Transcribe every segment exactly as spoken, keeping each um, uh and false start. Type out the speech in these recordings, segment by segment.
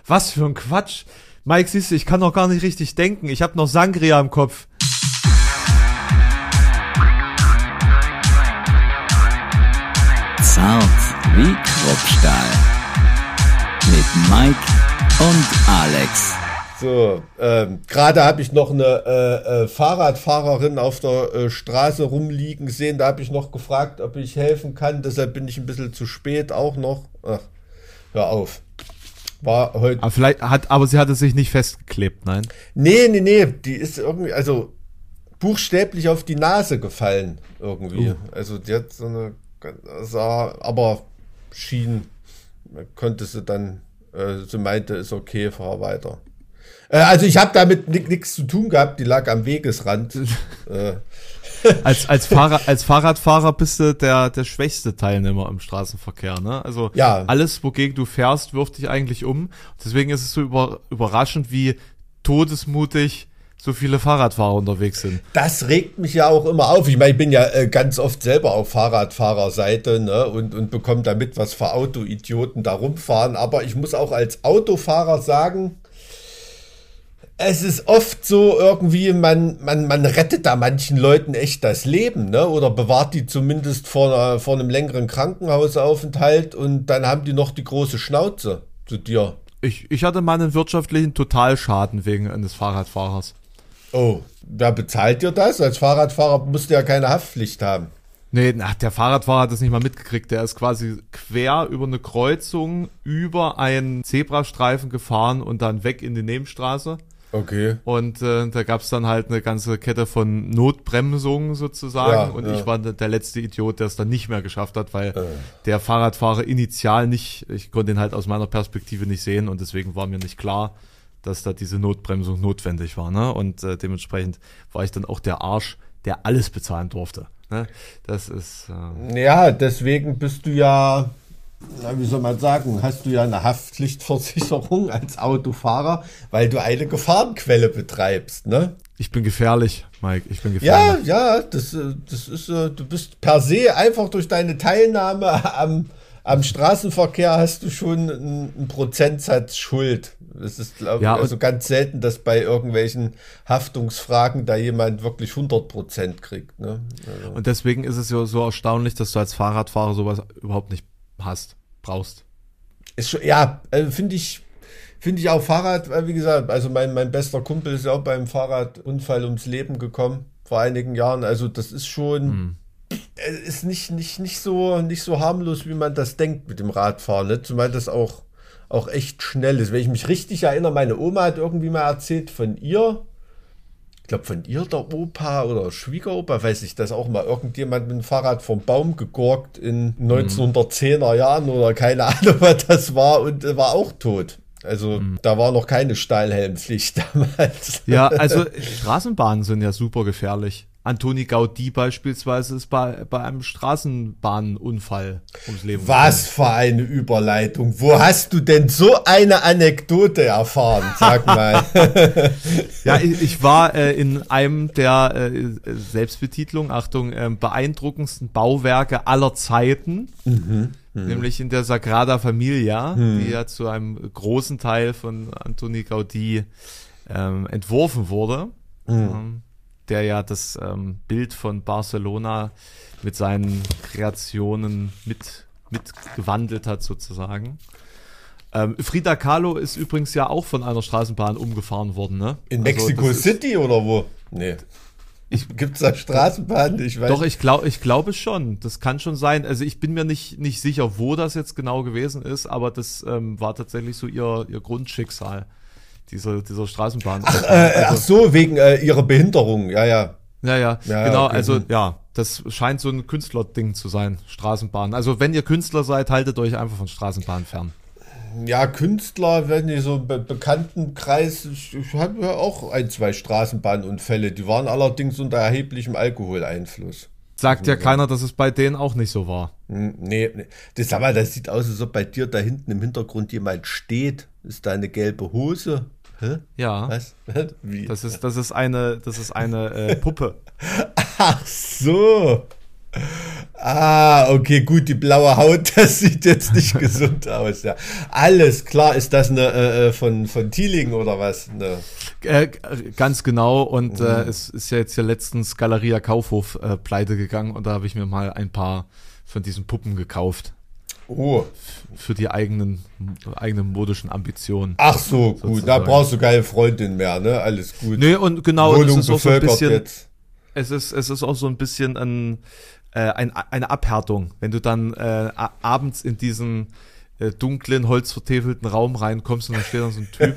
Was für ein Quatsch. Mike, siehst du, ich kann noch gar nicht richtig denken. Ich habe noch Sangria im Kopf. Zart wie Kruppstahl. Mit Mike und Alex. So, ähm, gerade habe ich noch eine äh, äh, Fahrradfahrerin auf der äh, Straße rumliegen sehen. Da habe ich noch gefragt, ob ich helfen kann. Deshalb bin ich ein bisschen zu spät auch noch. Ach, hör auf. War heute. Aber vielleicht hat, aber sie hatte sich nicht festgeklebt, nein? Nee, nee, nee. Die ist irgendwie, also buchstäblich auf die Nase gefallen irgendwie. Uh. Also die hat so eine, sah, aber schien, konnte sie dann, äh, sie meinte, ist okay, fahr weiter. Also ich habe damit nichts zu tun gehabt, die lag am Wegesrand. äh. als, als, Fahrrad, als Fahrradfahrer bist du der, der schwächste Teilnehmer im Straßenverkehr, ne? Also ja. Alles, wogegen du fährst, wirft dich eigentlich um. Deswegen ist es so über, überraschend, wie todesmutig so viele Fahrradfahrer unterwegs sind. Das regt mich ja auch immer auf. Ich meine, ich bin ja äh, ganz oft selber auf Fahrradfahrerseite, ne, und, und bekomme da mit, was für Autoidioten da rumfahren. Aber ich muss auch als Autofahrer sagen, es ist oft so irgendwie, man, man, man rettet da manchen Leuten echt das Leben, ne? Oder bewahrt die zumindest vor, einer, vor einem längeren Krankenhausaufenthalt und dann haben die noch die große Schnauze zu dir. Ich, ich hatte mal einen wirtschaftlichen Totalschaden wegen eines Fahrradfahrers. Oh, wer bezahlt dir das? Als Fahrradfahrer musst du ja keine Haftpflicht haben. Nee, na, der Fahrradfahrer hat das nicht mal mitgekriegt. Der ist quasi quer über eine Kreuzung, über einen Zebrastreifen gefahren und dann weg in die Nebenstraße. Okay. Und äh, da gab's dann halt eine ganze Kette von Notbremsungen sozusagen. Ja, und ja. ich war der letzte Idiot, der es dann nicht mehr geschafft hat, weil äh. der Fahrradfahrer initial nicht, ich konnte ihn halt aus meiner Perspektive nicht sehen und deswegen war mir nicht klar, dass da diese Notbremsung notwendig war. Ne? Und äh, dementsprechend war ich dann auch der Arsch, der alles bezahlen durfte. Ne? Das ist... Äh ja, deswegen bist du ja... Na, wie soll man sagen, hast du ja eine Haftpflichtversicherung als Autofahrer, weil du eine Gefahrenquelle betreibst, ne? Ich bin gefährlich, Mike, ich bin gefährlich. Ja, ja, das, das ist, du bist per se einfach durch deine Teilnahme am, am Straßenverkehr hast du schon einen, einen Prozentsatz Schuld. Es ist, glaube ich, Ja, also ganz selten, dass bei irgendwelchen Haftungsfragen da jemand wirklich hundert Prozent kriegt, ne? Also. Und deswegen ist es ja so erstaunlich, dass du als Fahrradfahrer sowas überhaupt nicht hast, brauchst. Ist schon, ja, also finde ich, finde ich auch Fahrrad, wie gesagt, also mein, mein bester Kumpel ist ja auch beim Fahrradunfall ums Leben gekommen vor einigen Jahren. Also das ist schon, hm. ist nicht, nicht, nicht so, nicht so harmlos, wie man das denkt mit dem Radfahren, ne? Zumal das auch, auch echt schnell ist. Wenn ich mich richtig erinnere, meine Oma hat irgendwie mal erzählt von ihr, ich glaube von ihr, der Opa oder Schwiegeropa, weiß ich, dass auch mal irgendjemand mit dem Fahrrad vom Baum gegurkt in neunzehnhundertzehner Jahren oder keine Ahnung, was das war und war auch tot. Also mhm. da war noch keine Stahlhelmpflicht damals. Ja, also Straßenbahnen sind ja super gefährlich. Antoni Gaudí beispielsweise ist bei, bei einem Straßenbahnunfall ums Leben gekommen. Was für eine Überleitung. Wo hast du denn so eine Anekdote erfahren? Sag mal. Ja, ich, ich war äh, in einem der äh, Selbstbetitlung, Achtung, äh, beeindruckendsten Bauwerke aller Zeiten. Mhm. Hm. Nämlich in der Sagrada Familia, hm. die ja zu einem großen Teil von Antoni Gaudí ähm, entworfen wurde. Hm. Ähm, der ja das ähm, Bild von Barcelona mit seinen Kreationen mit, mit gewandelt hat sozusagen. Ähm, Frida Kahlo ist übrigens ja auch von einer Straßenbahn umgefahren worden, ne? In also Mexico City ist, oder wo? Nee. Gibt es da Straßenbahnen? Ich weiß. Doch, ich glaube ich glaube schon. Das kann schon sein. Also ich bin mir nicht, nicht sicher, wo das jetzt genau gewesen ist, aber das ähm, war tatsächlich so ihr, ihr Grundschicksal. Dieser, dieser Straßenbahn. Ach, äh, also, ach so, wegen äh, ihrer Behinderung, ja, ja. Ja, ja, ja genau, okay. Also ja, das scheint so ein Künstlerding zu sein, Straßenbahn. Also wenn ihr Künstler seid, haltet euch einfach von Straßenbahnen fern. Ja, Künstler, wenn ihr so einen be- bekannten Kreis, ich, ich habe ja auch ein, zwei Straßenbahnunfälle, die waren allerdings unter erheblichem Alkoholeinfluss. Sagt ja keiner, dass es bei denen auch nicht so war. Nee, nee. Das, sag mal, das sieht aus, als ob bei dir da hinten im Hintergrund jemand steht. Ist da eine gelbe Hose? Hä? Ja. Was? Wie? Das ist, das ist eine, das ist eine äh, Puppe. Ach so. Ah, okay, gut, die blaue Haut, das sieht jetzt nicht gesund aus, ja. Alles klar, ist das eine äh, von, von Thieling oder was? Eine Äh, ganz genau, und mhm. äh, es ist ja jetzt ja letztens Galeria Kaufhof äh, pleite gegangen und da habe ich mir mal ein paar von diesen Puppen gekauft. Oh. Für die eigenen, eigenen modischen Ambitionen. Ach so, sozusagen. Gut, da brauchst du keine Freundin mehr, ne? Alles gut. Nee, und genau, Wohnung es ist auch so ein bisschen, jetzt. es ist, es ist auch so ein bisschen ein, äh, ein, eine Abhärtung, wenn du dann äh, abends in diesen äh, dunklen, holzvertäfelten Raum reinkommst und dann steht da so ein Typ.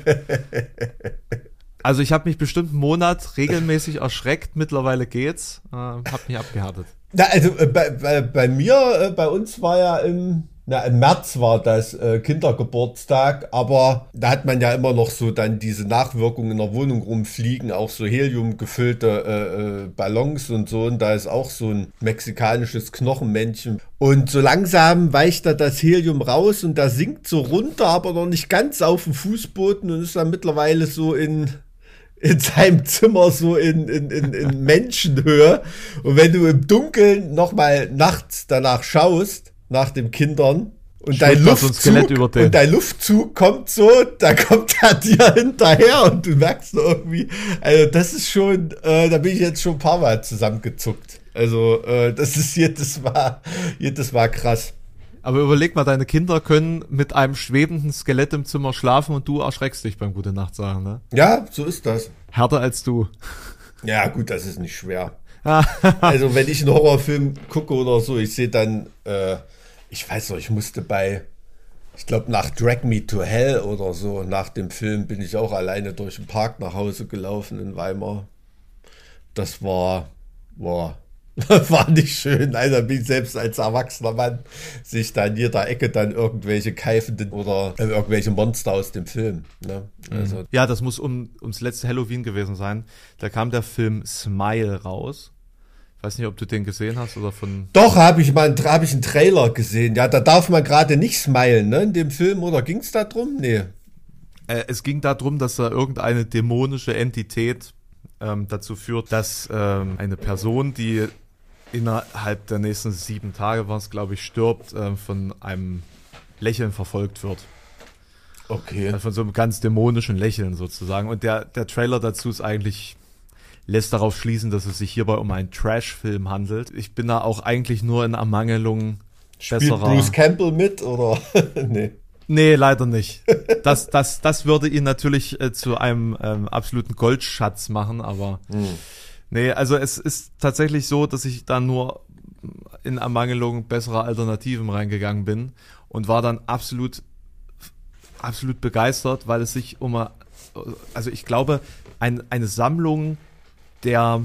Also ich habe mich bestimmt einen Monat regelmäßig erschreckt, mittlerweile geht's, äh, hab mich abgehärtet. Na, also äh, bei, bei, bei mir, äh, bei uns war ja im, na, im März war das äh, Kindergeburtstag, aber da hat man ja immer noch so dann diese Nachwirkungen in der Wohnung rumfliegen, auch so heliumgefüllte äh, äh, Ballons und so, und da ist auch so ein mexikanisches Knochenmännchen. Und so langsam weicht da das Helium raus und da sinkt so runter, aber noch nicht ganz auf dem Fußboden und ist dann mittlerweile so in... in seinem Zimmer so in, in, in, in Menschenhöhe. Und wenn du im Dunkeln nochmal nachts danach schaust, nach den Kindern, und dein, Luftzug, und dein Luftzug kommt so, da kommt er dir hinterher und du merkst so irgendwie, also das ist schon, äh, da bin ich jetzt schon ein paar Mal zusammengezuckt. Also äh, das ist jedes Mal, jedes Mal krass. Aber überleg mal, deine Kinder können mit einem schwebenden Skelett im Zimmer schlafen und du erschreckst dich beim Gute Nacht sagen, ne? Ja, so ist das. Härter als du. Ja, gut, das ist nicht schwer. Also, wenn ich einen Horrorfilm gucke oder so, ich sehe dann, äh, ich weiß noch, ich musste bei, ich glaube, nach Drag Me to Hell oder so, nach dem Film bin ich auch alleine durch den Park nach Hause gelaufen in Weimar. Das war, war... war nicht schön. Also bin ich selbst als erwachsener Mann sich da in jeder Ecke dann irgendwelche keifenden oder äh, irgendwelche Monster aus dem Film. Ne? Also ja, das muss um ums letzte Halloween gewesen sein. Da kam der Film Smile raus. Ich weiß nicht, ob du den gesehen hast oder von... Doch, habe ich mal hab ich einen Trailer gesehen. Ja, da darf man gerade nicht smilen, ne, in dem Film, oder ging es da drum? Nee. Äh, es ging darum, dass da irgendeine dämonische Entität ähm, dazu führt, dass ähm, eine Person, die innerhalb der nächsten sieben Tage, war es, glaube ich, stirbt, äh, von einem Lächeln verfolgt wird. Okay. Also von so einem ganz dämonischen Lächeln sozusagen. Und der, der Trailer dazu ist eigentlich, lässt darauf schließen, dass es sich hierbei um einen Trash-Film handelt. Ich bin da auch eigentlich nur in Ermangelung Spielt besserer... Bruce Campbell mit, oder? Nee. Nee, leider nicht. Das, das, das würde ihn natürlich äh, zu einem ähm, absoluten Goldschatz machen, aber... Hm. Nee, also es ist tatsächlich so, dass ich da nur in Ermangelung besserer Alternativen reingegangen bin und war dann absolut, absolut begeistert, weil es sich um, eine, also ich glaube, ein, eine Sammlung der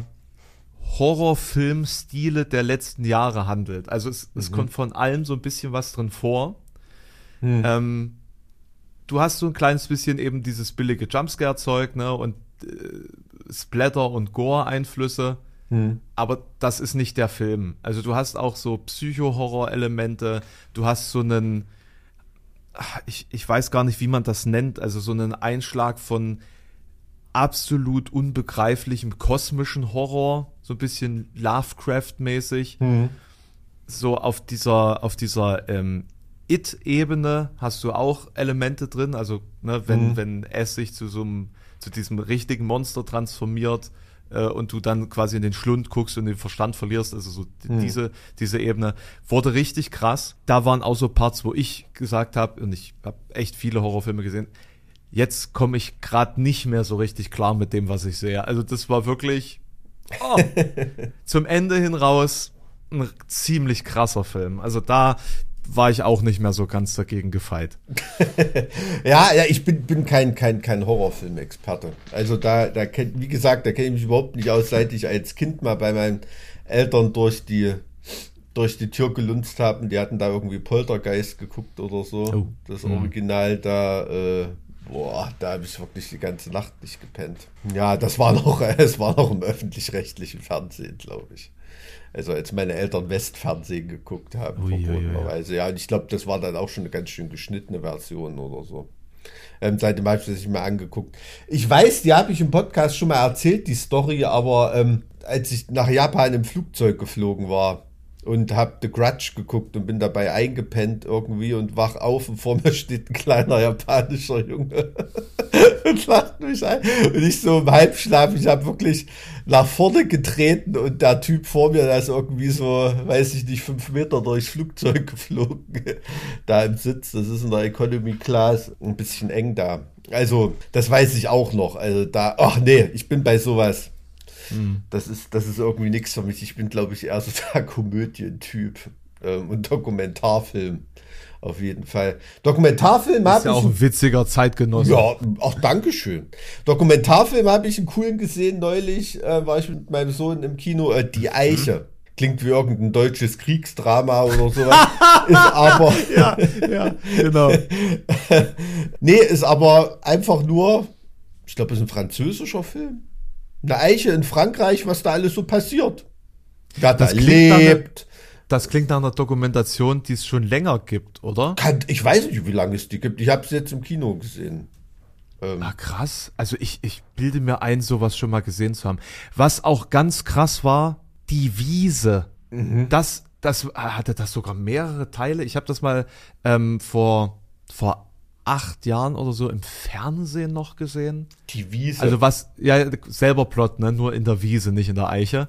Horrorfilmstile der letzten Jahre handelt. Also es, mhm. es kommt von allem so ein bisschen was drin vor. Mhm. Ähm, du hast so ein kleines bisschen eben dieses billige Jumpscare-Zeug, ne, und äh, Splatter- und Gore-Einflüsse, hm. aber das ist nicht der Film. Also du hast auch so Psycho-Horror-Elemente, du hast so einen, ich, ich weiß gar nicht, wie man das nennt, also so einen Einschlag von absolut unbegreiflichem kosmischen Horror, so ein bisschen Lovecraft-mäßig. Hm. So auf dieser, auf dieser ähm, It-Ebene hast du auch Elemente drin, also ne, wenn, hm. wenn es sich zu so einem zu diesem richtigen Monster transformiert äh, und du dann quasi in den Schlund guckst und den Verstand verlierst, also so hm. diese diese Ebene, wurde richtig krass. Da waren auch so Parts, wo ich gesagt habe, und ich habe echt viele Horrorfilme gesehen, jetzt komme ich gerade nicht mehr so richtig klar mit dem, was ich sehe. Also das war wirklich oh, zum Ende hin raus ein ziemlich krasser Film. Also da war ich auch nicht mehr so ganz dagegen gefeit. ja, ja, ich bin, bin kein, kein, kein Horrorfilm-Experte. Also da, da kennt, wie gesagt, da kenne ich mich überhaupt nicht aus, seit ich als Kind mal bei meinen Eltern durch die, durch die Tür gelunzt habe. Die hatten da irgendwie Poltergeist geguckt oder so. Oh. Das Original da, äh, boah, da habe ich wirklich die ganze Nacht nicht gepennt. Ja, das war noch, es war noch im öffentlich-rechtlichen Fernsehen, glaube ich. Also als meine Eltern Westfernsehen geguckt haben, verbotenerweise. Ja, und ich glaube, das war dann auch schon eine ganz schön geschnittene Version oder so. Ähm, seitdem habe ich das nicht mehr angeguckt. Ich weiß, die habe ich im Podcast schon mal erzählt, die Story, aber ähm, als ich nach Japan im Flugzeug geflogen war, und habe The Grudge geguckt und bin dabei eingepennt irgendwie und wach auf und vor mir steht ein kleiner japanischer Junge und lacht mich ein. Und ich so im Halbschlaf, ich habe wirklich nach vorne getreten und der Typ vor mir, der ist irgendwie so, weiß ich nicht, fünf Meter durchs Flugzeug geflogen, da im Sitz. Das ist in der Economy Class ein bisschen eng da. Also, das weiß ich auch noch. Also da, ach nee, ich bin bei sowas. Das ist, das ist irgendwie nichts für mich. Ich bin, glaube ich, eher so der Komödientyp ähm, und Dokumentarfilm. Auf jeden Fall. Dokumentarfilm habe ich. Ist ja auch ein witziger Zeitgenosse. Ja, auch Dankeschön. Dokumentarfilm habe ich einen coolen gesehen neulich. Äh, war ich mit meinem Sohn im Kino. Äh, Die Eiche. Klingt wie irgendein deutsches Kriegsdrama oder sowas. Ist aber. ja, ja, genau. Nee, ist aber einfach nur. Ich glaube, es ist ein französischer Film. Eine Eiche in Frankreich, was da alles so passiert. Wer da lebt. Das klingt nach einer Dokumentation, die es schon länger gibt, oder? Kann, ich weiß nicht, wie lange es die gibt. Ich habe es jetzt im Kino gesehen. Ähm. Ah, krass. Also ich, ich bilde mir ein, sowas schon mal gesehen zu haben. Was auch ganz krass war, Die Wiese. Mhm. Das, das hatte das sogar mehrere Teile. Ich habe das mal ähm, vor, vor acht Jahren oder so im Fernsehen noch gesehen. Die Wiese. Also was, ja, selber Plot, ne? Nur in der Wiese, nicht in der Eiche.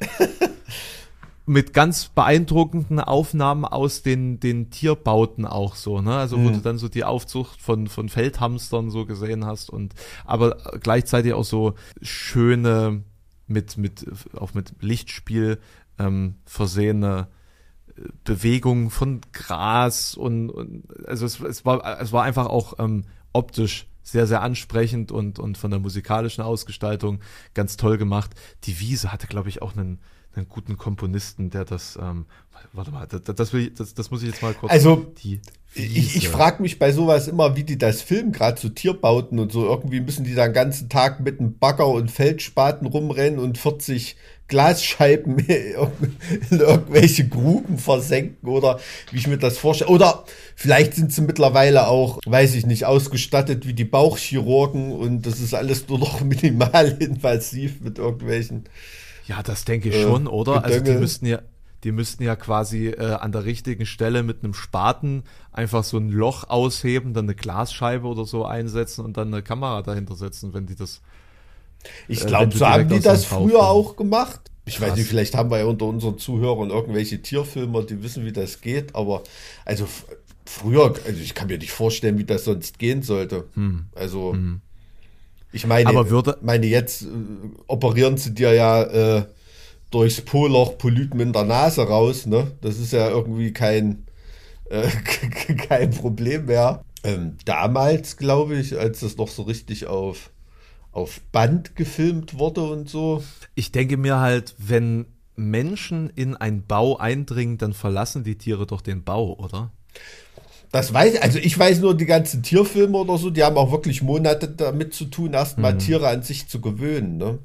Mit ganz beeindruckenden Aufnahmen aus den, den Tierbauten auch so, ne? Also wo mhm. du dann so die Aufzucht von, von Feldhamstern so gesehen hast und aber gleichzeitig auch so schöne, mit, mit, auch mit Lichtspiel ähm, versehene Bewegungen von Gras und, und also es, es war es war einfach auch ähm, optisch sehr, sehr ansprechend und, und von der musikalischen Ausgestaltung ganz toll gemacht. Die Wiese hatte, glaube ich, auch einen, einen guten Komponisten, der das, ähm, warte mal, das, das, will ich, das, das muss ich jetzt mal kurz. Also, die ich, ich frage mich bei sowas immer, wie die das filmen, gerade so Tierbauten und so. Irgendwie müssen die da den ganzen Tag mit einem Bagger und Feldspaten rumrennen und vierzig Glasscheiben in irgendwelche Gruben versenken oder wie ich mir das vorstelle. Oder vielleicht sind sie mittlerweile auch, weiß ich nicht, ausgestattet wie die Bauchchirurgen und das ist alles nur noch minimal invasiv mit irgendwelchen. Ja, das denke ich äh, schon, oder? Gedöngel. Also die müssten ja, die müssten ja quasi äh, an der richtigen Stelle mit einem Spaten einfach so ein Loch ausheben, dann eine Glasscheibe oder so einsetzen und dann eine Kamera dahinter setzen, wenn die das. Ich glaube, so haben die das früher auch gemacht. Ich Krass. weiß nicht, vielleicht haben wir ja unter unseren Zuhörern irgendwelche Tierfilmer, die wissen, wie das geht, aber also f- früher, also ich kann mir nicht vorstellen, wie das sonst gehen sollte. Hm. Also hm. ich meine, aber würde meine jetzt äh, operieren sie dir ja äh, durchs Po-Loch Polypen in der Nase raus, ne? Das ist ja irgendwie kein äh, kein Problem mehr. Ähm, damals, glaube ich, als das noch so richtig auf auf Band gefilmt wurde und so. Ich denke mir halt, wenn Menschen in einen Bau eindringen, dann verlassen die Tiere doch den Bau, oder? Das weiß ich, also ich weiß nur, die ganzen Tierfilme oder so, die haben auch wirklich Monate damit zu tun, erstmal mhm. Tiere an sich zu gewöhnen, ne?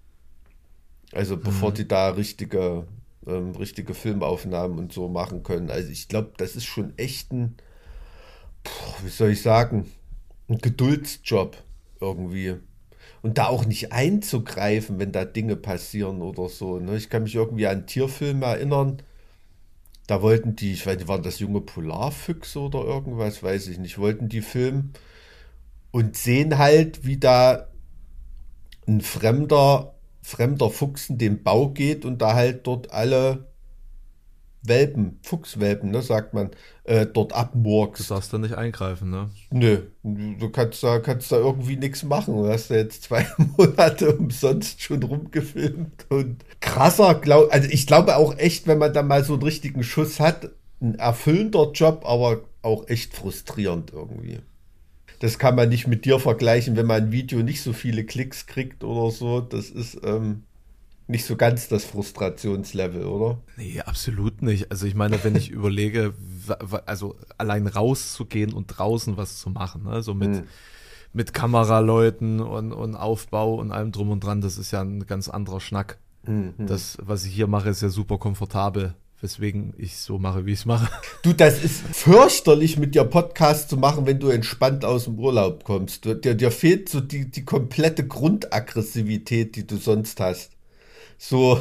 Also bevor mhm. die da richtige, ähm, richtige Filmaufnahmen und so machen können. Also ich glaube, das ist schon echt ein, wie soll ich sagen, ein Geduldsjob irgendwie. Und da auch nicht einzugreifen, wenn da Dinge passieren oder so. Ne? Ich kann mich irgendwie an Tierfilme erinnern. Da wollten die, ich weiß nicht, waren das junge Polarfüchse oder irgendwas, weiß ich nicht, wollten die filmen und sehen halt, wie da ein fremder, fremder Fuchs in den Bau geht und da halt dort alle Welpen, Fuchswelpen, ne, sagt man, äh, dort abmurkst. Du darfst da nicht eingreifen, ne? Nö, du kannst da, kannst da irgendwie nichts machen. Du hast ja jetzt zwei Monate umsonst schon rumgefilmt und krasser, glaub, also ich glaube auch echt, wenn man da mal so einen richtigen Schuss hat, ein erfüllender Job, aber auch echt frustrierend irgendwie. Das kann man nicht mit dir vergleichen, wenn man ein Video nicht so viele Klicks kriegt oder so. Das ist, ähm, nicht so ganz das Frustrationslevel, oder? Nee, absolut nicht. Also ich meine, wenn ich überlege, also allein rauszugehen und draußen was zu machen, ne? So mit, hm. mit Kameraleuten und, und Aufbau und allem drum und dran, das ist ja ein ganz anderer Schnack. Hm, hm. Das, was ich hier mache, ist ja super komfortabel, weswegen ich so mache, wie ich es mache. Du, das ist fürchterlich, mit dir Podcast zu machen, wenn du entspannt aus dem Urlaub kommst. Dir, dir fehlt so die, die komplette Grundaggressivität, die du sonst hast. so,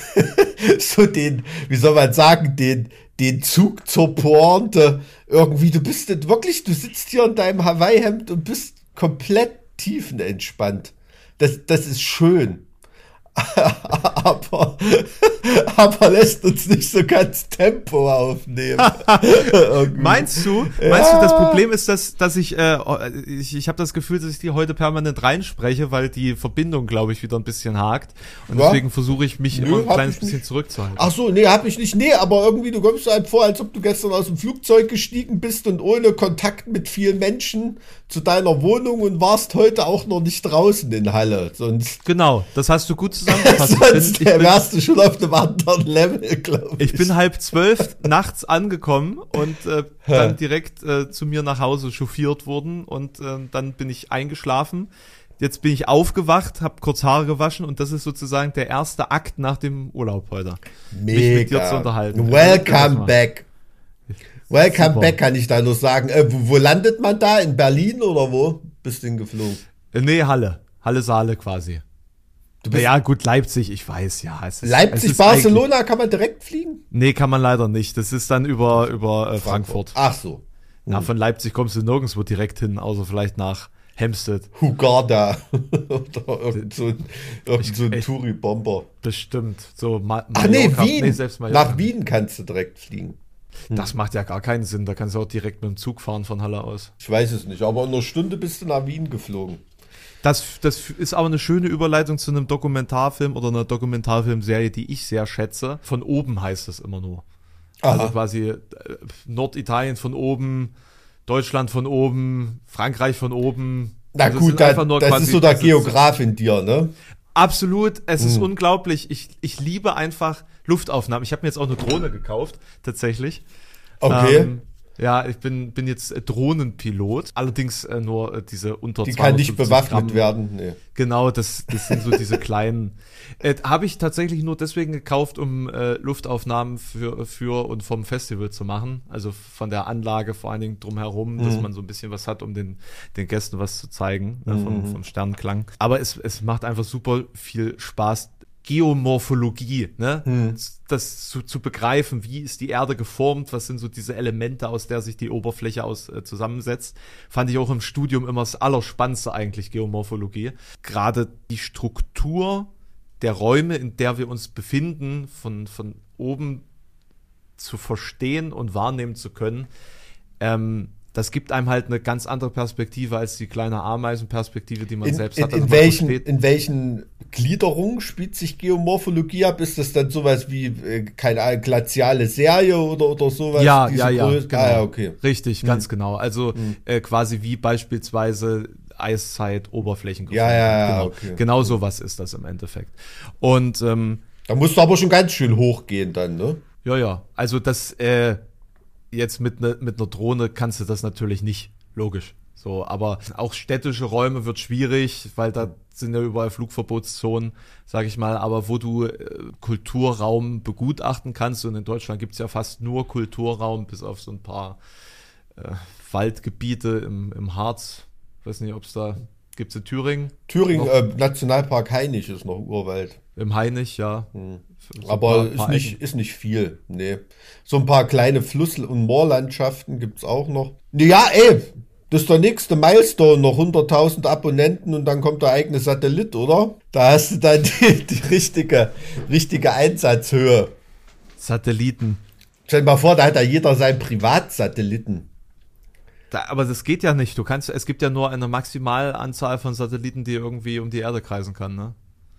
so den, wie soll man sagen, den, den Zug zur Pointe irgendwie. Du bist nicht wirklich, du sitzt hier in deinem Hawaii-Hemd und bist komplett tiefenentspannt. Das, das ist schön. aber, aber lässt uns nicht so ganz Tempo aufnehmen. Meinst du? Ja. Meinst du, das Problem ist, dass, dass ich, äh, ich, ich habe das Gefühl, dass ich dir heute permanent reinspreche, weil die Verbindung, glaube ich, wieder ein bisschen hakt. Und ja. deswegen versuche ich mich Nö, immer ein kleines bisschen nicht. zurückzuhalten. Ach so, nee, hab ich nicht. Nee, aber irgendwie, du kommst halt vor, als ob du gestern aus dem Flugzeug gestiegen bist und ohne Kontakt mit vielen Menschen zu deiner Wohnung und warst heute auch noch nicht draußen in Halle. Sonst genau, das hast du gut zusammengefasst. Sonst ich bin, wärst du schon auf einem anderen Level, glaube ich. Ich bin halb zwölf nachts angekommen und äh, dann direkt äh, zu mir nach Hause chauffiert worden und äh, dann bin ich eingeschlafen. Jetzt bin ich aufgewacht, habe kurz Haare gewaschen und das ist sozusagen der erste Akt nach dem Urlaub heute. Mega. Mich mit dir zu unterhalten. Welcome back. Welcome Super. back, kann ich da nur sagen. Äh, wo, wo landet man da? In Berlin oder wo bist du hingeflogen? Äh, nee, Halle. Halle-Saale quasi. Du bist ja gut, Leipzig, ich weiß, ja. Es ist, Leipzig, es ist Barcelona, kann man direkt fliegen? Nee, kann man leider nicht. Das ist dann über, über äh, Frankfurt. Frankfurt. Ach so. Hm. Na, von Leipzig kommst du nirgendwo direkt hin, außer vielleicht nach Hempstead. Hurghada. Oder irgend so ein, irgend so ein Touri-Bomber. Bestimmt. So Ma- Ach nee, Wien. Nee, selbst Nach Wien kannst du direkt fliegen. Hm. Das macht ja gar keinen Sinn. Da kannst du auch direkt mit dem Zug fahren von Halle aus. Ich weiß es nicht, aber in einer Stunde bist du nach Wien geflogen. Das, das ist aber eine schöne Überleitung zu einem Dokumentarfilm oder einer Dokumentarfilmserie, die ich sehr schätze. Von oben heißt es immer nur. Aha. Also quasi äh, Norditalien von oben, Deutschland von oben, Frankreich von oben. Na also gut, da, das ist so der Geograf in dir, ne? Absolut, es hm. ist unglaublich. Ich, ich liebe einfach Luftaufnahmen. Ich habe mir jetzt auch eine Drohne gekauft, tatsächlich. Okay. Ähm, Ja, ich bin, bin jetzt Drohnenpilot, allerdings äh, nur äh, diese unter Die kann nicht bewaffnet Gramm. werden. Nee. Genau, das, das sind so diese kleinen. Äh, habe ich tatsächlich nur deswegen gekauft, um äh, Luftaufnahmen für, für und vom Festival zu machen. Also von der Anlage vor allen Dingen drumherum, mhm. dass man so ein bisschen was hat, um den, den Gästen was zu zeigen, mhm. äh, vom, vom Sternenklang. Aber es, es macht einfach super viel Spaß. Geomorphologie, ne? Hm. Das zu, zu begreifen, wie ist die Erde geformt, was sind so diese Elemente, aus der sich die Oberfläche aus äh, zusammensetzt, fand ich auch im Studium immer das Allerspannendste eigentlich, Geomorphologie. Gerade die Struktur der Räume, in der wir uns befinden, von, von oben zu verstehen und wahrnehmen zu können, ähm, das gibt einem halt eine ganz andere Perspektive als die kleine Ameisenperspektive, die man in, selbst in, hat. Also in, welchen, in welchen Gliederungen spielt sich Geomorphologie ab? Ist das dann sowas wie äh, keine glaziale Serie oder, oder sowas? Ja, ja, ja, Größe? genau. Ah, ja, okay. Richtig, hm. ganz genau. Also hm. äh, quasi wie beispielsweise Eiszeit, Oberflächen. Ja, ja, ja, genau. Okay. Genau sowas ist das im Endeffekt. Und ähm, da musst du aber schon ganz schön hochgehen dann, ne? Ja, ja. Also das äh, jetzt mit ne, mit einer Drohne kannst du das natürlich nicht, logisch. So, aber auch städtische Räume wird schwierig, weil da sind ja überall Flugverbotszonen, sag ich mal, aber wo du äh, Kulturraum begutachten kannst, und in Deutschland gibt's ja fast nur Kulturraum, bis auf so ein paar äh, Waldgebiete im, im Harz. Ich weiß nicht, ob es da, gibt's in Thüringen? Thüringen, äh, Nationalpark Hainich ist noch Urwald. Im Hainich, ja. Hm. So aber paar, paar ist, nicht, ist nicht viel, nee. So ein paar kleine Fluss- und Moorlandschaften gibt's auch noch. Ja, ey, das ist der nächste Milestone, noch hunderttausend Abonnenten und dann kommt der eigene Satellit, oder? Da hast du dann die, die richtige, richtige Einsatzhöhe. Satelliten. Stell dir mal vor, da hat ja jeder seinen Privatsatelliten. Da, aber das geht ja nicht. Du kannst, es gibt ja nur eine Maximalanzahl von Satelliten, die irgendwie um die Erde kreisen kann, ne?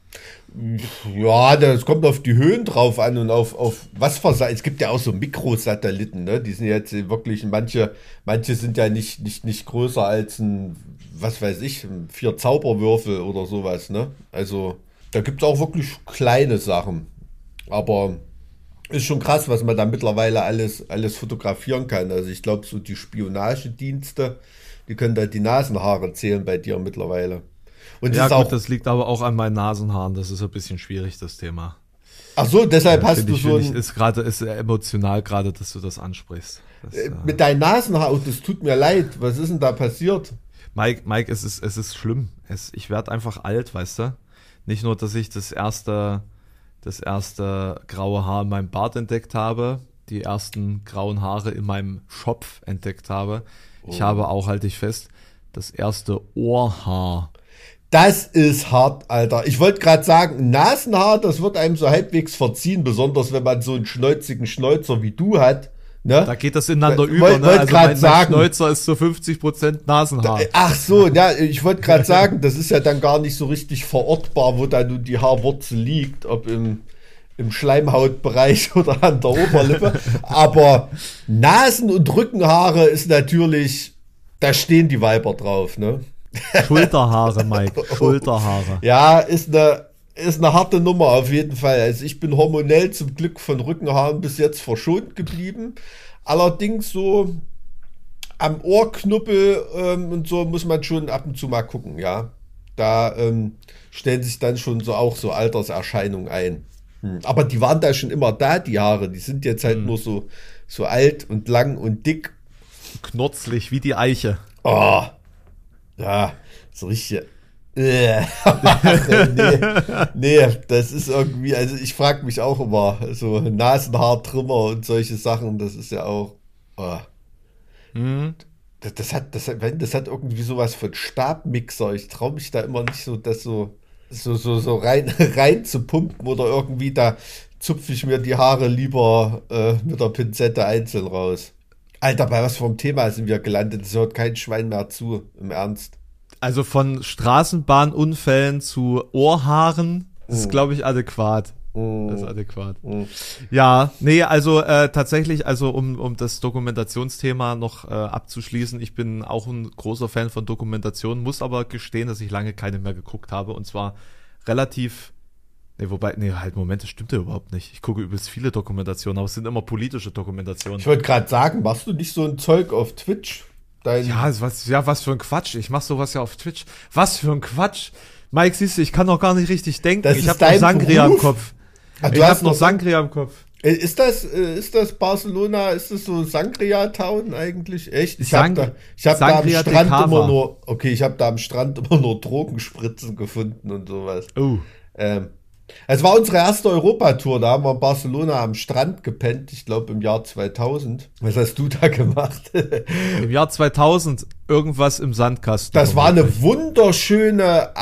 Ja, das kommt auf die Höhen drauf an und auf, auf was für Satelliten. Es gibt ja auch so Mikrosatelliten, ne? Die sind jetzt wirklich, manche, manche sind ja nicht, nicht, nicht größer als ein, was weiß ich, vier Zauberwürfel oder sowas, ne? Also, da gibt es auch wirklich kleine Sachen. Aber ist schon krass, was man da mittlerweile alles, alles fotografieren kann. Also ich glaube, so die Spionagedienste, die können da die Nasenhaare zählen bei dir mittlerweile. Und ja, das, gut, auch, das liegt aber auch an meinen Nasenhaaren. Das ist ein bisschen schwierig, das Thema. Ach so, deshalb ja, hast du ich, so ein... Ich, ist gerade ist emotional gerade, dass du das ansprichst. Das, äh, mit deinen Nasenhaaren, oh, das tut mir leid. Was ist denn da passiert? Mike, Mike, es ist, es ist schlimm. Es, ich werde einfach alt, weißt du? Nicht nur, dass ich das erste das erste graue Haar in meinem Bart entdeckt habe, die ersten grauen Haare in meinem Schopf entdeckt habe. Oh. Ich habe auch, halte ich fest, das erste Ohrhaar. Das ist hart, Alter. Ich wollte gerade sagen, Nasenhaar, das wird einem so halbwegs verziehen, besonders wenn man so einen schnäuzigen Schnäuzer wie du hat. Ne? Da geht das ineinander ich über, wollt, ne? Wollt also mein, mein sagen, Schnäuzer ist so fünfzig Prozent Nasenhaar. Ach so, ja, ich wollte gerade sagen, das ist ja dann gar nicht so richtig verortbar, wo da nun die Haarwurzel liegt, ob im, im Schleimhautbereich oder an der Oberlippe. Aber Nasen- und Rückenhaare ist natürlich, da stehen die Weiber drauf, ne? Schulterhaare, Mike, Schulterhaare. Ja, ist eine, ist eine harte Nummer auf jeden Fall. Also ich bin hormonell zum Glück von Rückenhaaren bis jetzt verschont geblieben. Allerdings so am Ohrknubbel ähm, und so muss man schon ab und zu mal gucken, ja. Da ähm, stellen sich dann schon so auch so Alterserscheinungen ein. Hm. Aber die waren da schon immer da, die Haare. Die sind jetzt halt hm. nur so, so alt und lang und dick. Knorzlig wie die Eiche. Oh. Ja, so richtig. Äh, nee, nee, das ist irgendwie, also ich frage mich auch immer, so Nasenhaartrimmer und solche Sachen, das ist ja auch. Oh. Mhm. Das, das hat, das hat, das hat irgendwie sowas von Stabmixer. Ich traue mich da immer nicht so, das so, so, so, so rein, rein zu pumpen oder irgendwie, da zupfe ich mir die Haare lieber äh, mit der Pinzette einzeln raus. Alter, bei was für einem Thema sind wir gelandet? Das hört kein Schwein mehr zu, im Ernst. Also von Straßenbahnunfällen zu Ohrhaaren, das ist, glaube ich, adäquat. Mm. Das ist adäquat. Mm. Ja, nee, also äh, tatsächlich, also um um das Dokumentationsthema noch äh, abzuschließen, ich bin auch ein großer Fan von Dokumentationen, muss aber gestehen, dass ich lange keine mehr geguckt habe und zwar relativ... Nee, wobei, nee, halt, Moment, das stimmt ja überhaupt nicht. Ich gucke übelst viele Dokumentationen, aber es sind immer politische Dokumentationen. Ich wollte gerade sagen, machst du nicht so ein Zeug auf Twitch? Dein ja, was, ja, was für ein Quatsch. Ich mach sowas ja auf Twitch. Was für ein Quatsch. Mike, siehst du, ich kann noch gar nicht richtig denken. Das ich habe noch Sangria Beruf? im Kopf. Ach, ich habe noch Sangria im Kopf. Ist das, ist das Barcelona, ist das so Sangria-Town eigentlich? Echt? Ich Sang- habe da, ich hab da am Sangria Strand de immer nur, okay, ich habe da am Strand immer nur Drogenspritzen gefunden und sowas. Oh. Ähm, Es war unsere erste Europatour, da haben wir in Barcelona am Strand gepennt, ich glaube im Jahr zweitausend. Was hast du da gemacht? Im Jahr zweitausend irgendwas im Sandkasten. Das war eine wunderschöne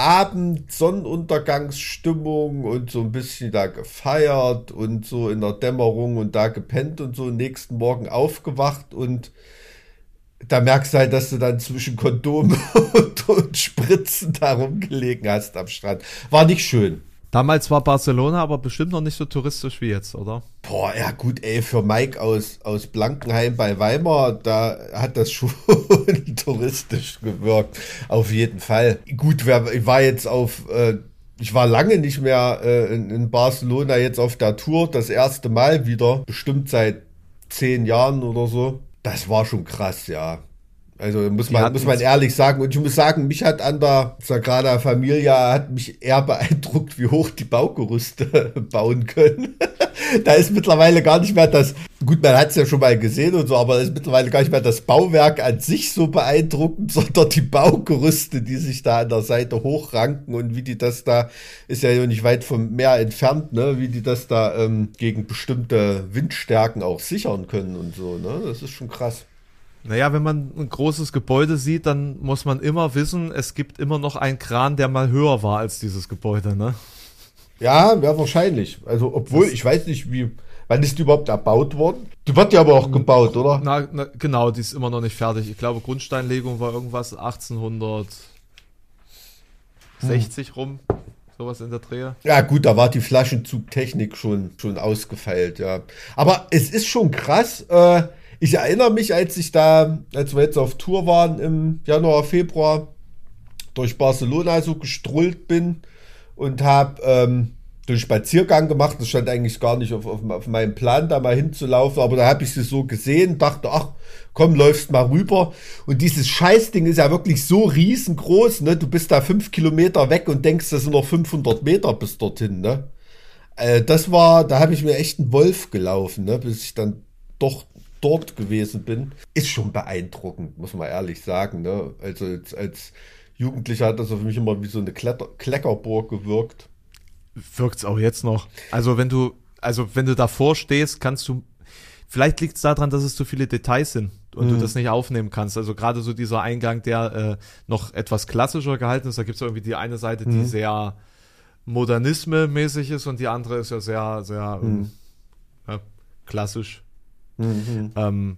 Abend-Sonnenuntergangsstimmung und so ein bisschen da gefeiert und so in der Dämmerung und da gepennt und so, nächsten Morgen aufgewacht und da merkst du halt, dass du dann zwischen Kondom und, und Spritzen da rumgelegen hast am Strand. War nicht schön. Damals war Barcelona aber bestimmt noch nicht so touristisch wie jetzt, oder? Boah, ja gut, ey, für Mike aus, aus Blankenheim bei Weimar, da hat das schon touristisch gewirkt. Auf jeden Fall. Gut, ich war jetzt auf, äh, ich war lange nicht mehr äh, in, in Barcelona jetzt auf der Tour, das erste Mal wieder, bestimmt seit zehn Jahren oder so. Das war schon krass, ja. Also muss man, muss man ehrlich sagen. Und ich muss sagen, mich hat an der Sagrada Familia hat mich eher beeindruckt, wie hoch die Baugerüste bauen können. Da ist mittlerweile gar nicht mehr das, gut, man hat es ja schon mal gesehen und so, aber da ist mittlerweile gar nicht mehr das Bauwerk an sich so beeindruckend, sondern die Baugerüste, die sich da an der Seite hochranken und wie die das da, ist ja nicht weit vom Meer entfernt, ne, wie die das da ähm, gegen bestimmte Windstärken auch sichern können und so, ne, das ist schon krass. Naja, wenn man ein großes Gebäude sieht, dann muss man immer wissen, es gibt immer noch einen Kran, der mal höher war als dieses Gebäude, ne? Ja, ja, wahrscheinlich. Also, obwohl, das ich weiß nicht, wie, wann ist die überhaupt erbaut worden? Die wird ja aber auch gebaut, oder? Na, na, genau, die ist immer noch nicht fertig. Ich glaube, Grundsteinlegung war irgendwas achtzehnhundertsechzig hm. rum, sowas in der Drehe. Ja gut, da war die Flaschenzugtechnik schon, schon ausgefeilt, ja. Aber es ist schon krass, äh, ich erinnere mich, als ich da, als wir jetzt auf Tour waren im Januar, Februar, durch Barcelona so gestrullt bin und habe ähm, den Spaziergang gemacht. Das stand eigentlich gar nicht auf, auf, auf meinem Plan, da mal hinzulaufen, aber da habe ich sie so gesehen, dachte, ach, komm, läufst mal rüber. Und dieses Scheißding ist ja wirklich so riesengroß, ne? Du bist da fünf Kilometer weg und denkst, das sind noch fünfhundert Meter bis dorthin, ne? Äh, das war, da habe ich mir echt einen Wolf gelaufen, ne? Bis ich dann doch dort gewesen bin. Ist schon beeindruckend, muss man ehrlich sagen, ne? Also als, als Jugendlicher hat das auf mich immer wie so eine Kletter- Kleckerburg gewirkt. wirkt's auch jetzt noch. Also wenn du, also wenn du davor stehst, kannst du, vielleicht liegt's daran, dass es zu viele Details sind und mhm. du das nicht aufnehmen kannst. Also gerade so dieser Eingang, der äh, noch etwas klassischer gehalten ist, da gibt's irgendwie die eine Seite, die mhm. sehr Modernisme-mäßig ist und die andere ist ja sehr, sehr mhm. ja, klassisch. Mhm. Ähm,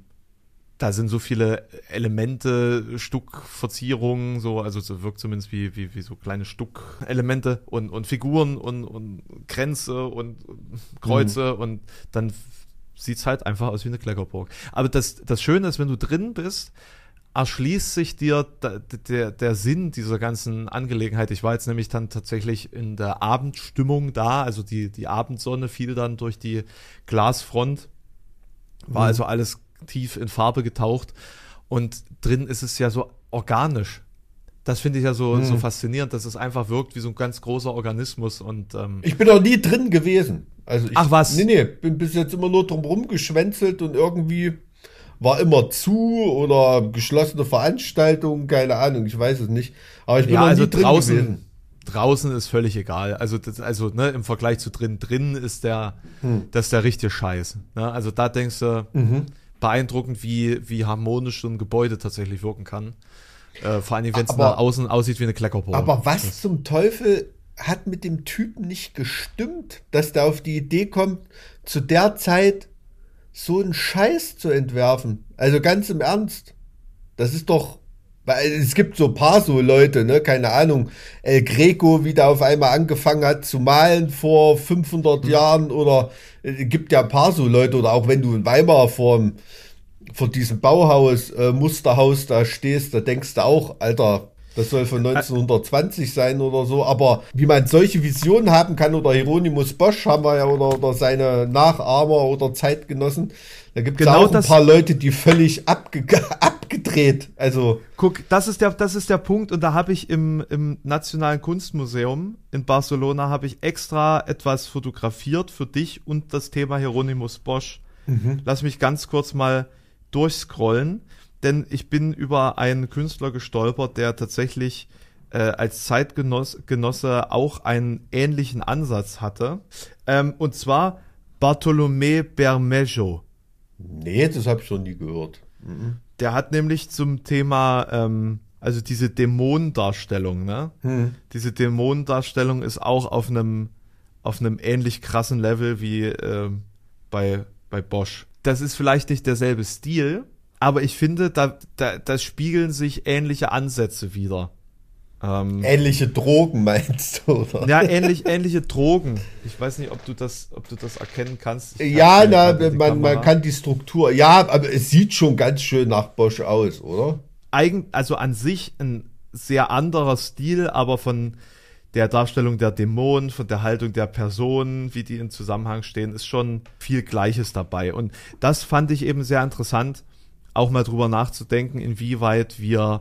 da sind so viele Elemente, Stuckverzierungen, so, also so wirkt zumindest wie, wie, wie so kleine Stuckelemente und, und Figuren und, und Kränze und Kreuze mhm. und dann sieht's halt einfach aus wie eine Kleckerburg. Aber das, das Schöne ist, wenn du drin bist, erschließt sich dir der, der, der Sinn dieser ganzen Angelegenheit. Ich war jetzt nämlich dann tatsächlich in der Abendstimmung da, also die, die Abendsonne fiel dann durch die Glasfront, war mhm. also alles tief in Farbe getaucht und drin ist es ja so organisch. Das finde ich ja so, mhm. so faszinierend, dass es einfach wirkt wie so ein ganz großer Organismus. Und ähm, ich bin noch nie drin gewesen. Also ich, Ach was? Nee, nee, bin bis jetzt immer nur drum rumgeschwänzelt und irgendwie war immer zu oder geschlossene Veranstaltungen, keine Ahnung, ich weiß es nicht. Aber ich bin ja, noch also nie drin draußen, gewesen. Draußen ist völlig egal. Also, das, also ne, im Vergleich zu drin, drin ist der, hm. das ist der richtige Scheiß. Ne? Also da denkst du, mhm. beeindruckend, wie, wie harmonisch so ein Gebäude tatsächlich wirken kann. Äh, vor allem, wenn es nach außen aussieht wie eine Kleckerburg. Aber was das zum Teufel hat mit dem Typen nicht gestimmt, dass der auf die Idee kommt, zu der Zeit so einen Scheiß zu entwerfen? Also ganz im Ernst. Das ist doch, weil es gibt so ein paar so Leute, ne, keine Ahnung, El Greco, wie der auf einmal angefangen hat zu malen vor fünfhundert mhm. Jahren oder es gibt ja ein paar so Leute oder auch wenn du in Weimar vor, vor diesem Bauhaus, äh, Musterhaus da stehst, da denkst du auch, Alter, das soll von neunzehnhundertzwanzig sein oder so, aber wie man solche Visionen haben kann oder Hieronymus Bosch haben wir ja oder, oder seine Nachahmer oder Zeitgenossen, da gibt es genau auch ein paar Leute, die völlig abge abgedreht, also. Guck, das ist der, das ist der Punkt und da habe ich im, im Nationalen Kunstmuseum in Barcelona habe ich extra etwas fotografiert für dich und das Thema Hieronymus Bosch. Mhm. Lass mich ganz kurz mal durchscrollen. Denn ich bin über einen Künstler gestolpert, der tatsächlich äh, als Zeitgenosse auch einen ähnlichen Ansatz hatte. Ähm, und zwar Bartolomé Bermejo. Nee, das habe ich schon nie gehört. Mhm. Der hat nämlich zum Thema, ähm, also diese Dämonendarstellung, ne? Mhm. Diese Dämonendarstellung ist auch auf einem auf einem ähnlich krassen Level wie äh, bei, bei Bosch. Das ist vielleicht nicht derselbe Stil, aber ich finde, da, da, da spiegeln sich ähnliche Ansätze wieder. Ähm, ähnliche Drogen meinst du, oder? Ja, ähnlich, ähnliche Drogen. Ich weiß nicht, ob du das, ob du das erkennen kannst. Ja, na, man, man kann die Struktur. Ja, aber es sieht schon ganz schön nach Bosch aus, oder? Eigen, also an sich ein sehr anderer Stil, aber von der Darstellung der Dämonen, von der Haltung der Personen, wie die im Zusammenhang stehen, ist schon viel Gleiches dabei. Und das fand ich eben sehr interessant, auch mal drüber nachzudenken, inwieweit wir